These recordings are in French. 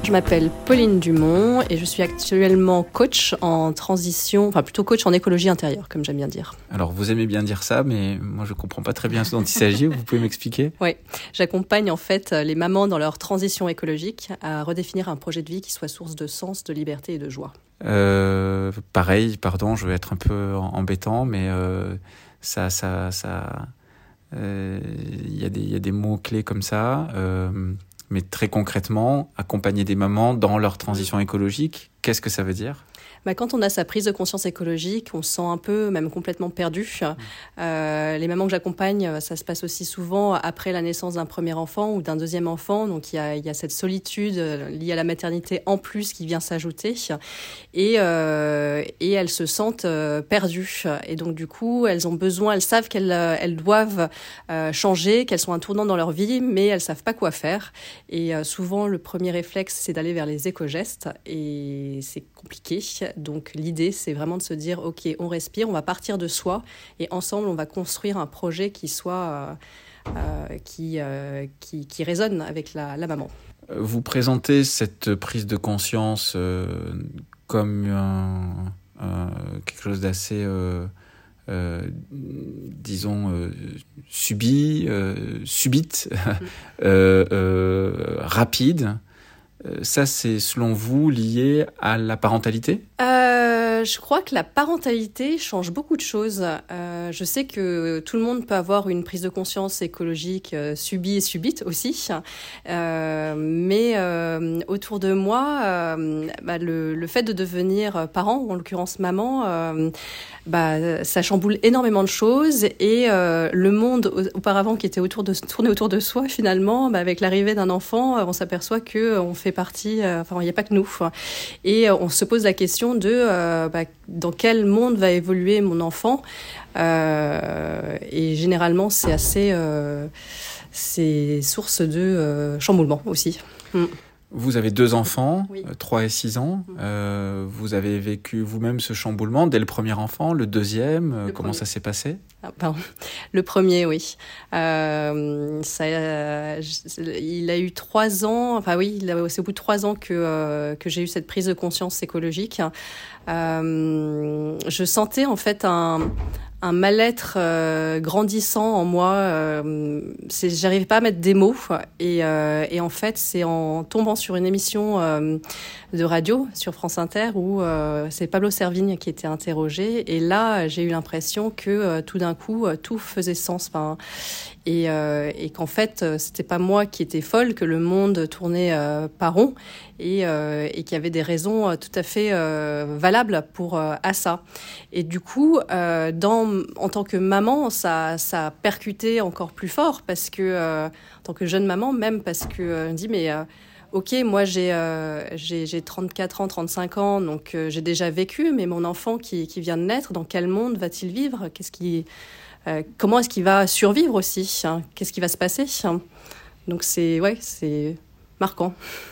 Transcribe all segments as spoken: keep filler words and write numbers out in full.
Je m'appelle Pauline Dumont et je suis actuellement coach en transition, enfin plutôt coach en écologie intérieure, comme j'aime bien dire. Alors vous aimez bien dire ça, mais moi je comprends pas très bien ce dont il s'agit. Vous pouvez m'expliquer ? Oui, j'accompagne en fait les mamans dans leur transition écologique à redéfinir un projet de vie qui soit source de sens, de liberté et de joie. Euh, pareil, pardon, je vais être un peu embêtant, mais euh, ça, ça, ça, euh, y a des, il y a des mots clés comme ça. Euh, mais très concrètement, accompagner des mamans dans leur transition écologique, qu'est-ce que ça veut dire ? Bah, quand on a sa prise de conscience écologique, on se sent un peu, même complètement perdu. Euh, les mamans que j'accompagne, ça se passe aussi souvent après la naissance d'un premier enfant ou d'un deuxième enfant. Donc, il y a, il y a cette solitude liée à la maternité en plus qui vient s'ajouter. Et, euh, et elles se sentent euh, perdues. Et donc, du coup, elles ont besoin, elles savent qu'elles elles doivent euh, changer, qu'elles sont un tournant dans leur vie, mais elles savent pas quoi faire. Et euh, souvent, le premier réflexe, c'est d'aller vers les éco-gestes. Et c'est compliqué. Donc l'idée, c'est vraiment de se dire, ok, on respire, on va partir de soi et ensemble, on va construire un projet qui soit, euh, euh, qui, euh, qui, qui résonne avec la, la maman. Vous présentez cette prise de conscience euh, comme un, un, quelque chose d'assez, euh, euh, disons, euh, subi, euh, subite, euh, euh, rapide. Ça, c'est selon vous lié à la parentalité ? euh, Je crois que la parentalité change beaucoup de choses. Euh, je sais que tout le monde peut avoir une prise de conscience écologique euh, subie et subite aussi. Euh, mais euh, autour de moi, euh, bah, le, le fait de devenir parent, ou en l'occurrence maman, euh, bah, ça chamboule énormément de choses. Et euh, le monde auparavant qui était autour de, tourné autour de soi, finalement, bah, avec l'arrivée d'un enfant, on s'aperçoit qu'on fait partie, euh, enfin, il n'y a pas que nous. Et euh, on se pose la question de euh, bah, dans quel monde va évoluer mon enfant. Euh, et généralement, c'est assez, euh, c'est source de euh, chamboulement aussi. Mm. Vous avez deux enfants, oui. trois et six ans. Mm. Euh, vous avez vécu vous-même ce chamboulement dès le premier enfant, le deuxième. Le comment premier. Ça s'est passé ? Ah, pardon. Le premier, oui. Euh, ça, euh, il a eu trois ans. Enfin oui, c'est au bout de trois ans que euh, que j'ai eu cette prise de conscience écologique. Euh, je sentais en fait un un mal-être euh, grandissant en moi. Euh, c'est, j'arrivais pas à mettre des mots. Et, euh, et en fait, c'est en tombant sur une émission euh, de radio sur France Inter où euh, c'est Pablo Servigne qui était interrogé. Et là, j'ai eu l'impression que euh, tout d'un coup, euh, tout faisait sens. Enfin, et, euh, et qu'en fait, c'était pas moi qui étais folle, que le monde tournait euh, pas rond et, euh, et qu'il y avait des raisons tout à fait euh, valables pour euh, à ça. Et du coup, euh, dans en tant que maman, ça, ça a percuté encore plus fort parce que, euh, en tant que jeune maman, même parce que euh, on dit mais euh, ok, moi j'ai, euh, j'ai j'ai trente-quatre ans, trente-cinq ans, donc euh, j'ai déjà vécu, mais mon enfant qui qui vient de naître, dans quel monde va-t-il vivre ? Qu'est-ce qui euh, comment est-ce qu'il va survivre aussi ? Hein ? Qu'est-ce qui va se passer ? Donc c'est ouais, c'est marquant.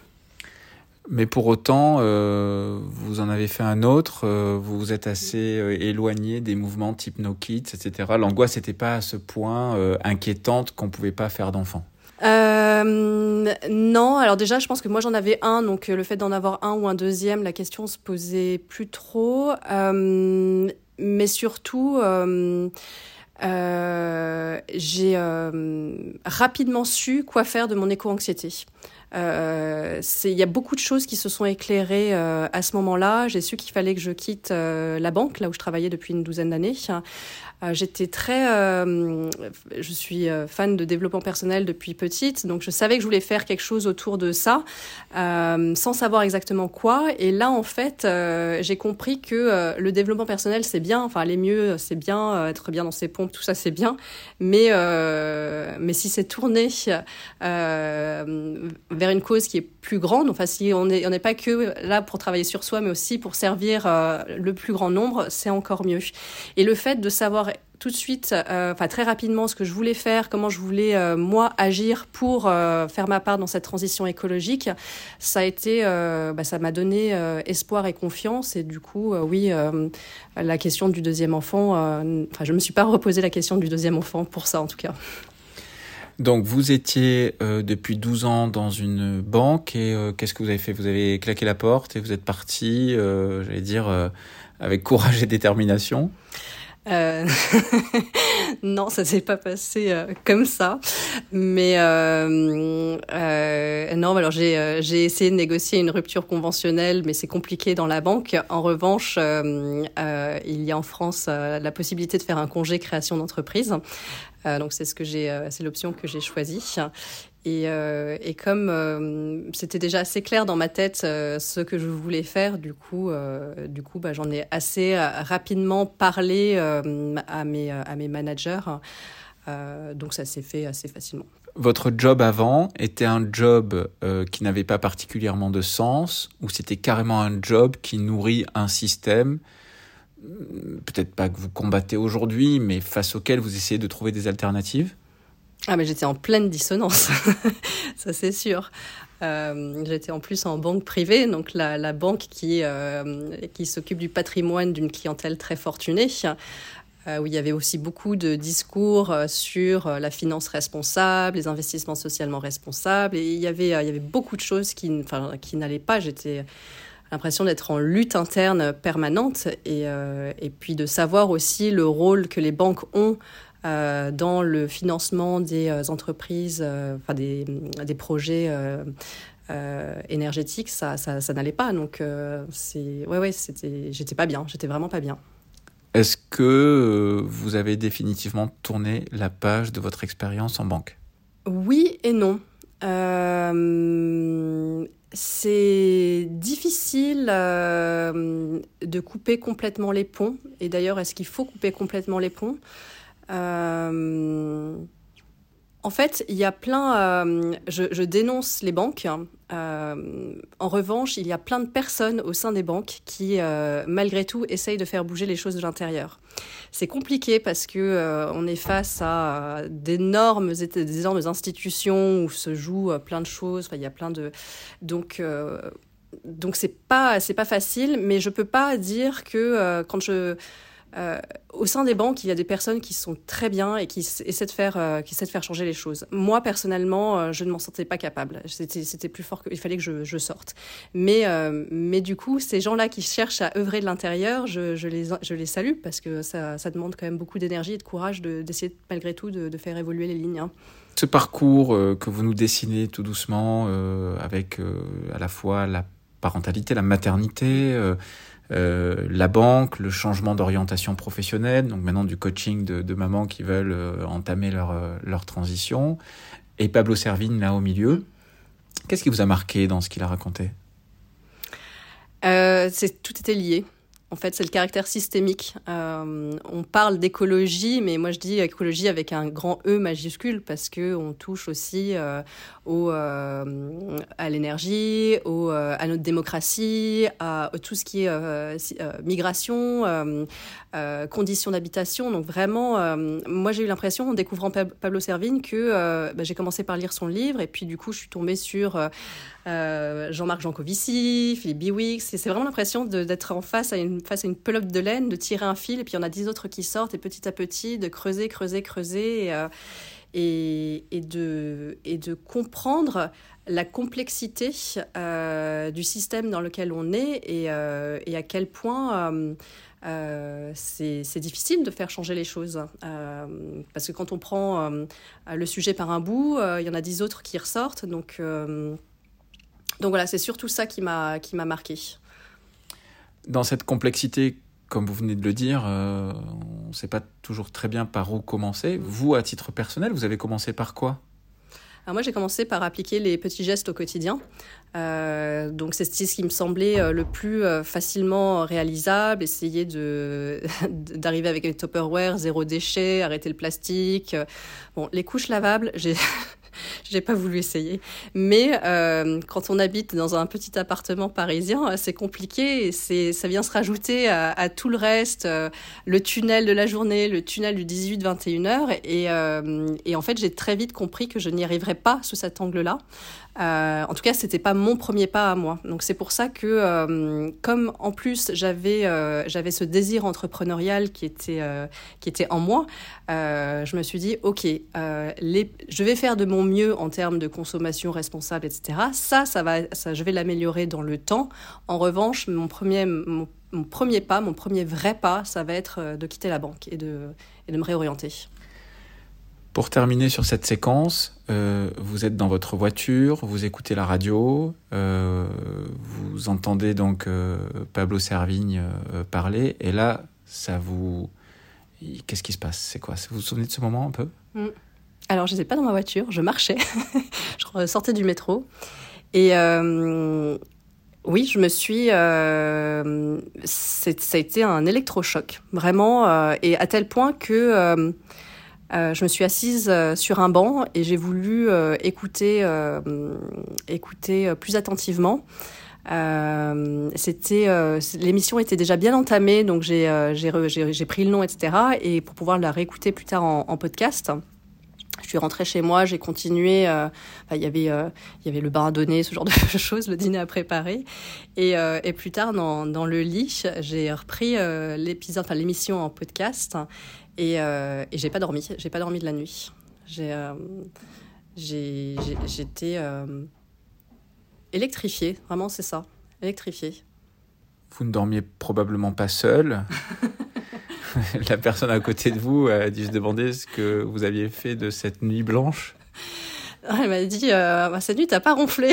Mais pour autant, euh, vous en avez fait un autre, euh, vous vous êtes assez euh, éloigné des mouvements type No Kids, et cetera. L'angoisse n'était pas à ce point euh, inquiétante qu'on ne pouvait pas faire d'enfant. Euh, non, alors déjà, je pense que moi j'en avais un, donc le fait d'en avoir un ou un deuxième, la question se posait plus trop. Euh, mais surtout, euh, euh, j'ai euh, rapidement su quoi faire de mon éco-anxiété. Euh, c'est, il y a beaucoup de choses qui se sont éclairées euh, à ce moment-là. J'ai su qu'il fallait que je quitte euh, la banque, là où je travaillais depuis une douzaine d'années. Euh, j'étais très, euh, je suis fan de développement personnel depuis petite, donc je savais que je voulais faire quelque chose autour de ça, euh, sans savoir exactement quoi. Et là, en fait, euh, j'ai compris que euh, le développement personnel, c'est bien, enfin aller mieux, c'est bien, euh, être bien dans ses pompes, tout ça, c'est bien. Mais euh, mais si c'est tourné euh, vers une cause qui est plus grande, enfin si on n'est on n'est pas que là pour travailler sur soi, mais aussi pour servir euh, le plus grand nombre, c'est encore mieux. Et le fait de savoir tout de suite, euh, enfin très rapidement, ce que je voulais faire, comment je voulais euh, moi agir pour euh, faire ma part dans cette transition écologique, ça a été, euh, bah, ça m'a donné euh, espoir et confiance. Et du coup, euh, oui, euh, la question du deuxième enfant, euh, enfin je me suis pas reposé la question du deuxième enfant pour ça en tout cas. Donc, vous étiez euh, depuis douze ans dans une banque et euh, qu'est-ce que vous avez fait? Vous avez claqué la porte et vous êtes parti, euh, j'allais dire, euh, avec courage et détermination? Euh... non, ça s'est pas passé euh, comme ça. Mais euh, euh, non, alors j'ai euh, j'ai essayé de négocier une rupture conventionnelle, mais c'est compliqué dans la banque. En revanche, euh, euh, il y a en France euh, la possibilité de faire un congé création d'entreprise. Euh, donc c'est ce que j'ai, euh, c'est l'option que j'ai choisie. Et, euh, et comme euh, c'était déjà assez clair dans ma tête euh, ce que je voulais faire, du coup, euh, du coup, bah, j'en ai assez euh, rapidement parlé euh, à mes à mes managers. Euh, donc ça s'est fait assez facilement. Votre job avant était un job euh, qui n'avait pas particulièrement de sens, ou c'était carrément un job qui nourrit un système, peut-être pas que vous combattez aujourd'hui, mais face auquel vous essayez de trouver des alternatives? Ah mais j'étais en pleine dissonance, ça c'est sûr. Euh, j'étais en plus en banque privée, donc la, la banque qui, euh, qui s'occupe du patrimoine d'une clientèle très fortunée, euh, où il y avait aussi beaucoup de discours sur la finance responsable, les investissements socialement responsables, et il y avait, il y avait beaucoup de choses qui, enfin, qui n'allaient pas. J'étais l'impression d'être en lutte interne permanente et, euh, et puis de savoir aussi le rôle que les banques ont Euh, dans le financement des euh, entreprises, euh, enfin des, des projets euh, euh, énergétiques, ça, ça, ça n'allait pas. Donc, euh, c'est, ouais, ouais, c'était, j'étais pas bien, j'étais vraiment pas bien. Est-ce que euh, vous avez définitivement tourné la page de votre expérience en banque? Oui et non. Euh, c'est difficile euh, de couper complètement les ponts. Et d'ailleurs, est-ce qu'il faut couper complètement les ponts? Euh, en fait, il y a plein. Euh, je, je dénonce les banques. Euh, en revanche, il y a plein de personnes au sein des banques qui, euh, malgré tout, essayent de faire bouger les choses de l'intérieur. C'est compliqué parce que euh, on est face à d'énormes, des énormes institutions où se jouent plein de choses. Enfin, il y a plein de. Donc. Euh, donc c'est pas c'est pas facile, mais je peux pas dire que euh, quand je Euh, au sein des banques, il y a des personnes qui sont très bien et qui essaient de faire, euh, qui essaient de faire changer les choses. Moi, personnellement, euh, je ne m'en sentais pas capable. C'était, c'était plus fort que, il fallait que je, je sorte. Mais, euh, mais du coup, ces gens-là qui cherchent à œuvrer de l'intérieur, je, je les, je les salue parce que ça, ça demande quand même beaucoup d'énergie et de courage de, d'essayer malgré tout de, de faire évoluer les lignes. Hein. Ce parcours euh, que vous nous dessinez tout doucement, euh, avec euh, à la fois la parentalité, la maternité, euh, Euh, la banque, le changement d'orientation professionnelle, donc maintenant du coaching de, de mamans qui veulent euh, entamer leur, euh, leur transition, et Pablo Servigne là au milieu. Qu'est-ce qui vous a marqué dans ce qu'il a raconté? euh, c'est, Tout était lié. En fait, c'est le caractère systémique. Euh, on parle d'écologie, mais moi je dis écologie avec un grand E majuscule parce que on touche aussi euh, au, euh, à l'énergie, au, euh, à notre démocratie, à, à tout ce qui est euh, euh, migration, euh, euh, conditions d'habitation. Donc vraiment, euh, moi j'ai eu l'impression en découvrant Pablo Servigne que euh, bah, j'ai commencé par lire son livre et puis du coup je suis tombée sur euh, euh, Jean-Marc Jancovici, Philippe Biwix. Et c'est vraiment l'impression de, d'être en face à une face à une pelote de laine, de tirer un fil, et puis il y en a dix autres qui sortent, et petit à petit, de creuser, creuser, creuser, et, euh, et, et, de, et de comprendre la complexité euh, du système dans lequel on est, et, euh, et à quel point euh, euh, c'est, c'est difficile de faire changer les choses. Euh, parce que quand on prend euh, le sujet par un bout, euh, il y en a dix autres qui ressortent, donc, euh, donc voilà, c'est surtout ça qui m'a, qui m'a marqué. Dans cette complexité, comme vous venez de le dire, euh, on ne sait pas toujours très bien par où commencer. Vous, à titre personnel, vous avez commencé par quoi? Alors moi, j'ai commencé par appliquer les petits gestes au quotidien. Euh, donc, c'est ce qui me semblait euh, le plus euh, facilement réalisable. Essayer de, d'arriver avec les Tupperware, zéro déchet, arrêter le plastique. Bon, les couches lavables, j'ai... J'ai pas voulu essayer. Mais euh, quand on habite dans un petit appartement parisien, c'est compliqué et c'est, ça vient se rajouter à, à tout le reste, euh, le tunnel de la journée, le tunnel du dix-huit vingt et une heures. Et, euh, et en fait, j'ai très vite compris que je n'y arriverais pas sous cet angle-là. Euh, en tout cas, c'était pas mon premier pas à moi. Donc c'est pour ça que, euh, comme en plus j'avais euh, j'avais ce désir entrepreneurial qui était euh, qui était en moi, euh, je me suis dit ok, euh, les, je vais faire de mon mieux en termes de consommation responsable, et cetera. Ça, ça va, ça, je vais l'améliorer dans le temps. En revanche, mon premier mon, mon premier pas, mon premier vrai pas, ça va être de quitter la banque et de et de me réorienter. Pour terminer sur cette séquence, euh, vous êtes dans votre voiture, vous écoutez la radio, euh, vous entendez donc euh, Pablo Servigne euh, parler, et là, ça vous... Qu'est-ce qui se passe ? C'est quoi ? Vous vous souvenez de ce moment un peu ? mmh. Alors, je n'étais pas dans ma voiture, je marchais, je sortais du métro, et euh, oui, je me suis... Euh, c'est, ça a été un électrochoc, vraiment, euh, et à tel point que... Euh, Euh, je me suis assise euh, sur un banc et j'ai voulu euh, écouter, euh, écouter plus attentivement. Euh, c'était, euh, l'émission était déjà bien entamée, donc j'ai, euh, j'ai, j'ai, j'ai pris le nom, et cetera. Et pour pouvoir la réécouter plus tard en, en podcast, je suis rentrée chez moi, j'ai continué. Euh, enfin, il y avait, euh, il y avait le bain à donner, ce genre de choses, le dîner à préparer. Et, euh, et plus tard, dans, dans le lit, j'ai repris euh, l'épisode, enfin l'émission en podcast. Et, euh, et j'ai pas dormi, j'ai pas dormi de la nuit. J'ai, euh, j'ai, j'ai, j'étais euh, électrifiée, vraiment c'est ça, électrifiée. Vous ne dormiez probablement pas seul. La personne à côté de vous a dû se demander ce que vous aviez fait de cette nuit blanche. Elle m'a dit euh, bah, cette nuit t'as pas ronflé.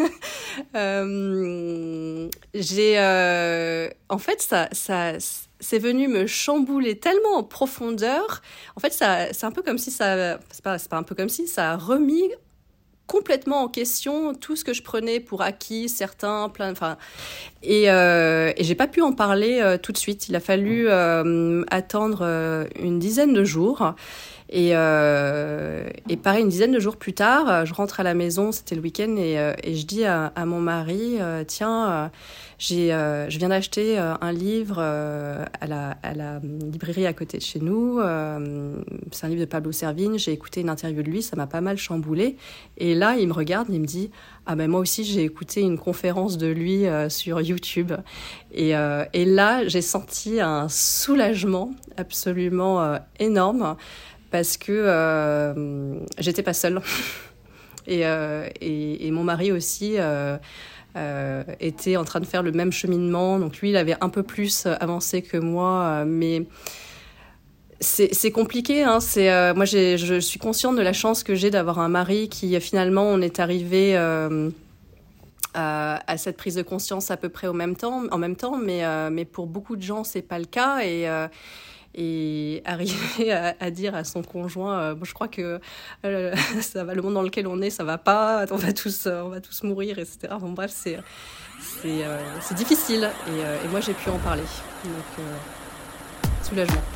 euh, j'ai, euh, en fait ça, ça. c'est venu me chambouler tellement en profondeur. En fait, ça, c'est un peu comme si ça... C'est pas, c'est pas un peu comme si ça a remis complètement en question tout ce que je prenais pour acquis, certains, plein... Enfin, et, euh, et j'ai pas pu en parler euh, tout de suite. Il a fallu euh, attendre euh, une dizaine de jours. Et, euh, et pareil, une dizaine de jours plus tard, je rentre à la maison, c'était le week-end, et, euh, et je dis à, à mon mari, euh, tiens, euh, j'ai, euh, je viens d'acheter euh, un livre euh, à, la, à la librairie à côté de chez nous. Euh, c'est un livre de Pablo Servigne, j'ai écouté une interview de lui, ça m'a pas mal chamboulé. Et là, il me regarde, il me dit, ah ben moi aussi j'ai écouté une conférence de lui euh, sur YouTube. Et, euh, et là, j'ai senti un soulagement absolument euh, énorme. Parce que euh, j'étais pas seule. et, euh, et, et mon mari aussi euh, euh, était en train de faire le même cheminement. Donc lui, il avait un peu plus avancé que moi. Euh, mais c'est, c'est compliqué. Hein. C'est, euh, moi, j'ai, je suis consciente de la chance que j'ai d'avoir un mari qui, finalement, on est arrivé euh, à, à cette prise de conscience à peu près au même temps, en même temps. Mais, euh, mais pour beaucoup de gens, c'est pas le cas. Et... Euh, Et arriver à, à dire à son conjoint, euh, bon, je crois que euh, ça va, le monde dans lequel on est, ça va pas, on va tous, on va tous mourir, et cetera. Bon, bref, c'est, c'est, euh, c'est difficile. Et, euh, et moi, j'ai pu en parler. Donc, euh, soulagement.